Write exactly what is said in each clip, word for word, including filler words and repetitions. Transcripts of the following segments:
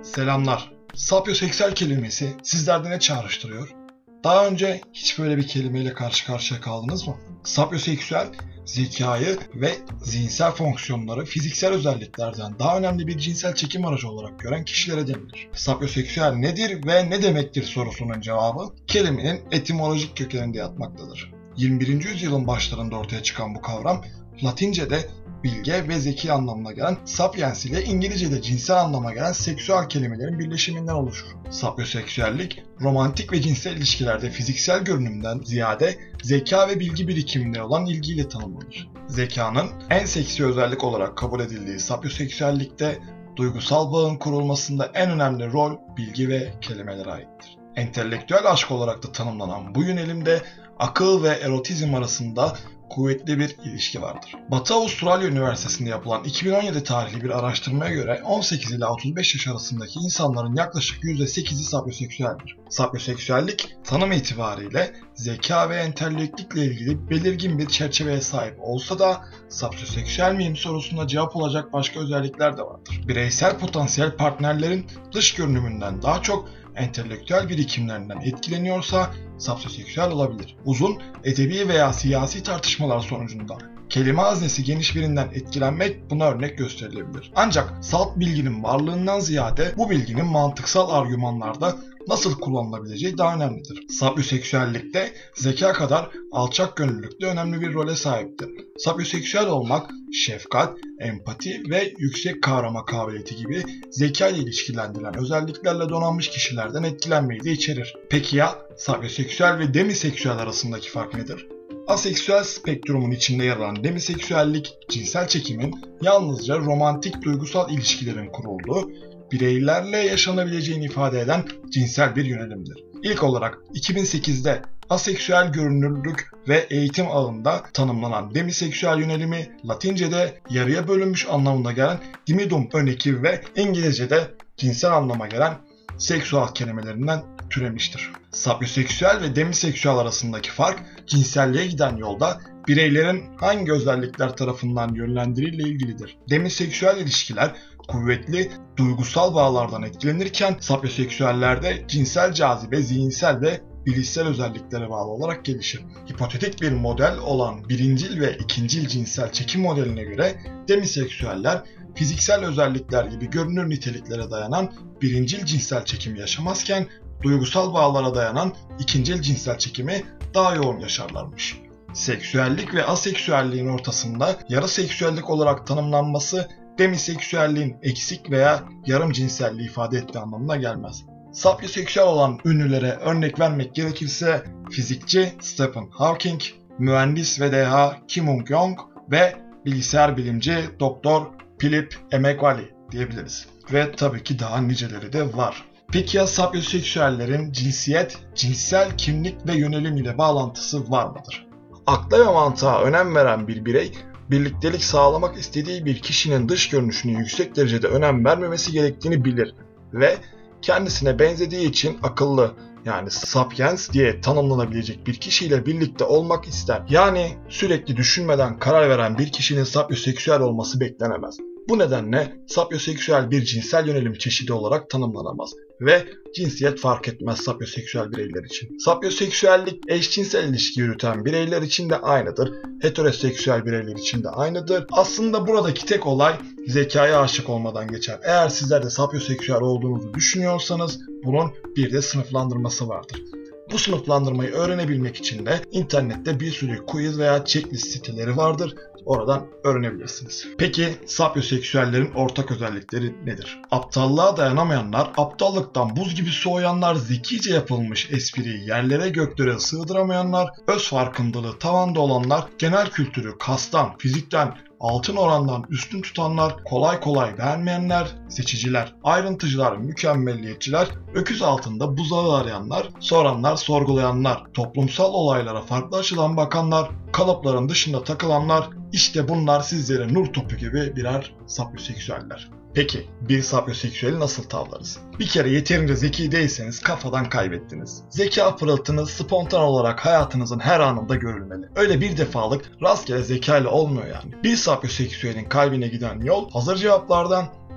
Selamlar. Sapyoseksüel kelimesi sizlerde ne çağrıştırıyor? Daha önce hiç böyle bir kelimeyle karşı karşıya kaldınız mı? Sapyoseksüel, zekayı ve zihinsel fonksiyonları fiziksel özelliklerden daha önemli bir cinsel çekim aracı olarak gören kişilere denilir. Sapyoseksüel nedir ve ne demektir sorusunun cevabı kelimenin etimolojik kökeninde yatmaktadır. yirmi birinci yüzyılın başlarında ortaya çıkan bu kavram Latince'de bilge ve zeki anlamına gelen sapiens ile İngilizce'de cinsel anlama gelen seksüel kelimelerin birleşiminden oluşur. Sapyoseksüellik, romantik ve cinsel ilişkilerde fiziksel görünümden ziyade zeka ve bilgi birikimine olan ilgiyle tanımlanır. Zekanın en seksi özellik olarak kabul edildiği sapyoseksüellikte duygusal bağın kurulmasında en önemli rol bilgi ve kelimelere aittir. Entelektüel aşk olarak da tanımlanan bu yönelimde akıl ve erotizm arasında kuvvetli bir ilişki vardır. Batı Avustralya Üniversitesi'nde yapılan iki bin on yedi tarihli bir araştırmaya göre on sekiz ila otuz beş yaş arasındaki insanların yaklaşık yüzde sekizi sapyoseksüeldir. Sapyoseksüellik tanım itibariyle zeka ve entelektüelle ilgili belirgin bir çerçeveye sahip olsa da sapyoseksüel miyim sorusuna cevap olacak başka özellikler de vardır. Bireysel potansiyel partnerlerin dış görünümünden daha çok entelektüel birikimlerinden etkileniyorsa sapyoseksüel olabilir. Uzun, edebi veya siyasi tartışmalar sonucunda kelime haznesi geniş birinden etkilenmek buna örnek gösterilebilir. Ancak salt bilginin varlığından ziyade bu bilginin mantıksal argümanlarda nasıl kullanılabileceği daha önemlidir. Sapyoseksüellikte zeka kadar alçak gönüllülük de önemli bir role sahiptir. Sapyoseksüel olmak, şefkat, empati ve yüksek kavrama kabiliyeti gibi zeka ile ilişkilendirilen özelliklerle donanmış kişilerden etkilenmeyi de içerir. Peki ya sapyoseksüel ve demiseksüel arasındaki fark nedir? Aseksüel spektrumun içinde yer alan demiseksüellik, cinsel çekimin yalnızca romantik duygusal ilişkilerin kurulduğu, bireylerle yaşanabileceğini ifade eden cinsel bir yönelimdir. İlk olarak iki bin sekizde aseksüel görünürlük ve eğitim ağında tanımlanan demiseksüel yönelimi Latince'de yarıya bölünmüş anlamına gelen dimidum örneki ve İngilizce'de cinsel anlama gelen sexual kelimelerinden türemiştir. Sapyoseksüel ve demiseksüel arasındaki fark cinselliğe giden yolda bireylerin hangi özellikler tarafından yönlendirildiğiyle ilgilidir. Demiseksüel ilişkiler kuvvetli duygusal bağlardan etkilenirken sapyoseksüellerde cinsel cazibe zihinsel ve bilişsel özelliklere bağlı olarak gelişir. Hipotetik bir model olan birincil ve ikincil cinsel çekim modeline göre demiseksüeller fiziksel özellikler gibi görünür niteliklere dayanan birincil cinsel çekimi yaşamazken duygusal bağlara dayanan ikincil cinsel çekimi daha yoğun yaşarlarmış. Seksüellik ve aseksüelliğin ortasında yarı seksüellik olarak tanımlanması demiseksüelliğin eksik veya yarım cinselliği ifade ettiği anlamına gelmez. Sapyoseksüel olan ünlülere örnek vermek gerekirse fizikçi Stephen Hawking, mühendis ve deha Kim Il-jong ve bilgisayar bilimci Doktor Philip Emeagwali diyebiliriz. Ve tabii ki daha niceleri de var. Peki ya sapyoseksüellerin cinsiyet, cinsel kimlik ve yönelim ile bağlantısı var mıdır? Akla ve mantığa önem veren bir birey, birliktelik sağlamak istediği bir kişinin dış görünüşüne yüksek derecede önem vermemesi gerektiğini bilir ve kendisine benzediği için akıllı yani sapiens diye tanımlanabilecek bir kişiyle birlikte olmak ister. Yani sürekli düşünmeden karar veren bir kişinin sapyoseksüel olması beklenemez. Bu nedenle sapyoseksüel bir cinsel yönelim çeşidi olarak tanımlanamaz ve cinsiyet fark etmez sapyoseksüel bireyler için. Sapyoseksüellik eşcinsel ilişki yürüten bireyler için de aynıdır. Heteroseksüel bireyler için de aynıdır. Aslında buradaki tek olay zekaya aşık olmadan geçer. Eğer sizler de sapyoseksüel olduğunuzu düşünüyorsanız bunun bir de sınıflandırması vardır. Bu sınıflandırmayı öğrenebilmek için de internette bir sürü quiz veya checklist siteleri vardır. Oradan öğrenebilirsiniz. Peki sapyoseksüellerin ortak özellikleri nedir? Aptallığa dayanamayanlar, aptallıktan buz gibi soğuyanlar, zekice yapılmış espriyi yerlere göklere sığdıramayanlar, öz farkındalığı tavanda olanlar, genel kültürü kastan, fizikten, altın orandan üstün tutanlar, kolay kolay beğenmeyenler, seçiciler, ayrıntıcılar, mükemmelliyetçiler, öküz altında buzağı arayanlar, soranlar, sorgulayanlar, toplumsal olaylara farklı açıdan bakanlar, kalıpların dışında takılanlar, işte bunlar sizlere nur topu gibi birer sapyoseksüeller. Peki bir sapyoseksüeli nasıl tavlarız? Bir kere yeterince zeki değilseniz kafadan kaybettiniz. Zeka pırıltınız spontan olarak hayatınızın her anında görülmeli. Öyle bir defalık rastgele zekayla olmuyor yani. Bir sapyoseksüelin kalbine giden yol hazır cevaplardan,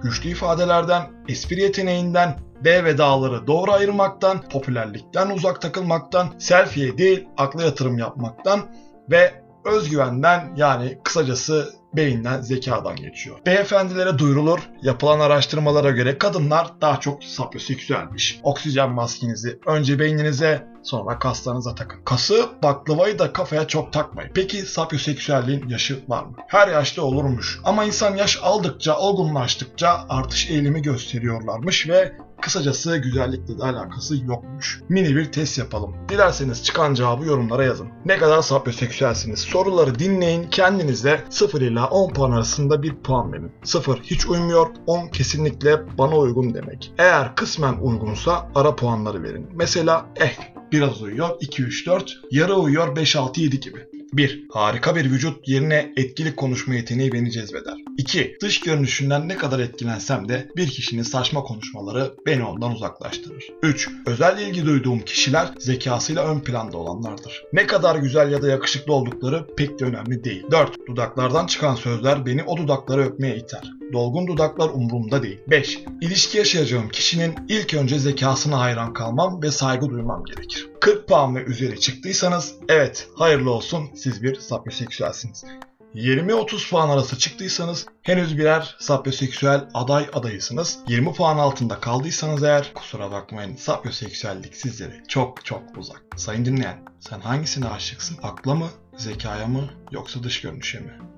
güçlü ifadelerden, espri yeteneğinden, B ve D'ları doğru ayırmaktan, popülerlikten uzak takılmaktan, selfie'ye değil akla yatırım yapmaktan ve özgüvenden, yani kısacası beyinden, zekadan geçiyor. Beyefendilere duyurulur, yapılan araştırmalara göre kadınlar daha çok sapyoseksüelmiş. Oksijen maskenizi önce beyninize, sonra kaslarınıza takın. Kası, baklavayı da kafaya çok takmayın. Peki sapyoseksüelliğin yaşı var mı? Her yaşta olurmuş. Ama insan yaş aldıkça, olgunlaştıkça artış eğilimi gösteriyorlarmış ve kısacası güzellikle de alakası yokmuş. Mini bir test yapalım. Dilerseniz çıkan cevabı yorumlara yazın. Ne kadar sapyoseksüelsiniz? Soruları dinleyin, kendinize sıfır ila on puan arasında bir puan verin. sıfır hiç uymuyor, on kesinlikle bana uygun demek. Eğer kısmen uygunsa ara puanları verin. Mesela eh biraz uyuyor, iki üç dört, yarı uyuyor, beş altı yedi gibi. bir. Harika bir vücut yerine etkili konuşma yeteneği beni cezbeder. iki. Dış görünüşünden ne kadar etkilensem de bir kişinin saçma konuşmaları beni ondan uzaklaştırır. üç. Özel ilgi duyduğum kişiler zekasıyla ön planda olanlardır. Ne kadar güzel ya da yakışıklı oldukları pek de önemli değil. dört. Dudaklardan çıkan sözler beni o dudakları öpmeye iter. Dolgun dudaklar umurumda değil. beş. İlişki yaşayacağım kişinin ilk önce zekasına hayran kalmam ve saygı duymam gerekir. kırk puan ve üzeri çıktıysanız evet, hayırlı olsun, siz bir sapyoseksüelsiniz. yirmi otuz puan arası çıktıysanız henüz birer sapyoseksüel aday adayısınız. yirmi puan altında kaldıysanız eğer kusura bakmayın, sapyoseksüellik sizlere çok çok uzak. Sayın dinleyen, sen hangisine aşıksın? Akla mı, zekaya mı, yoksa dış görünüşe mi?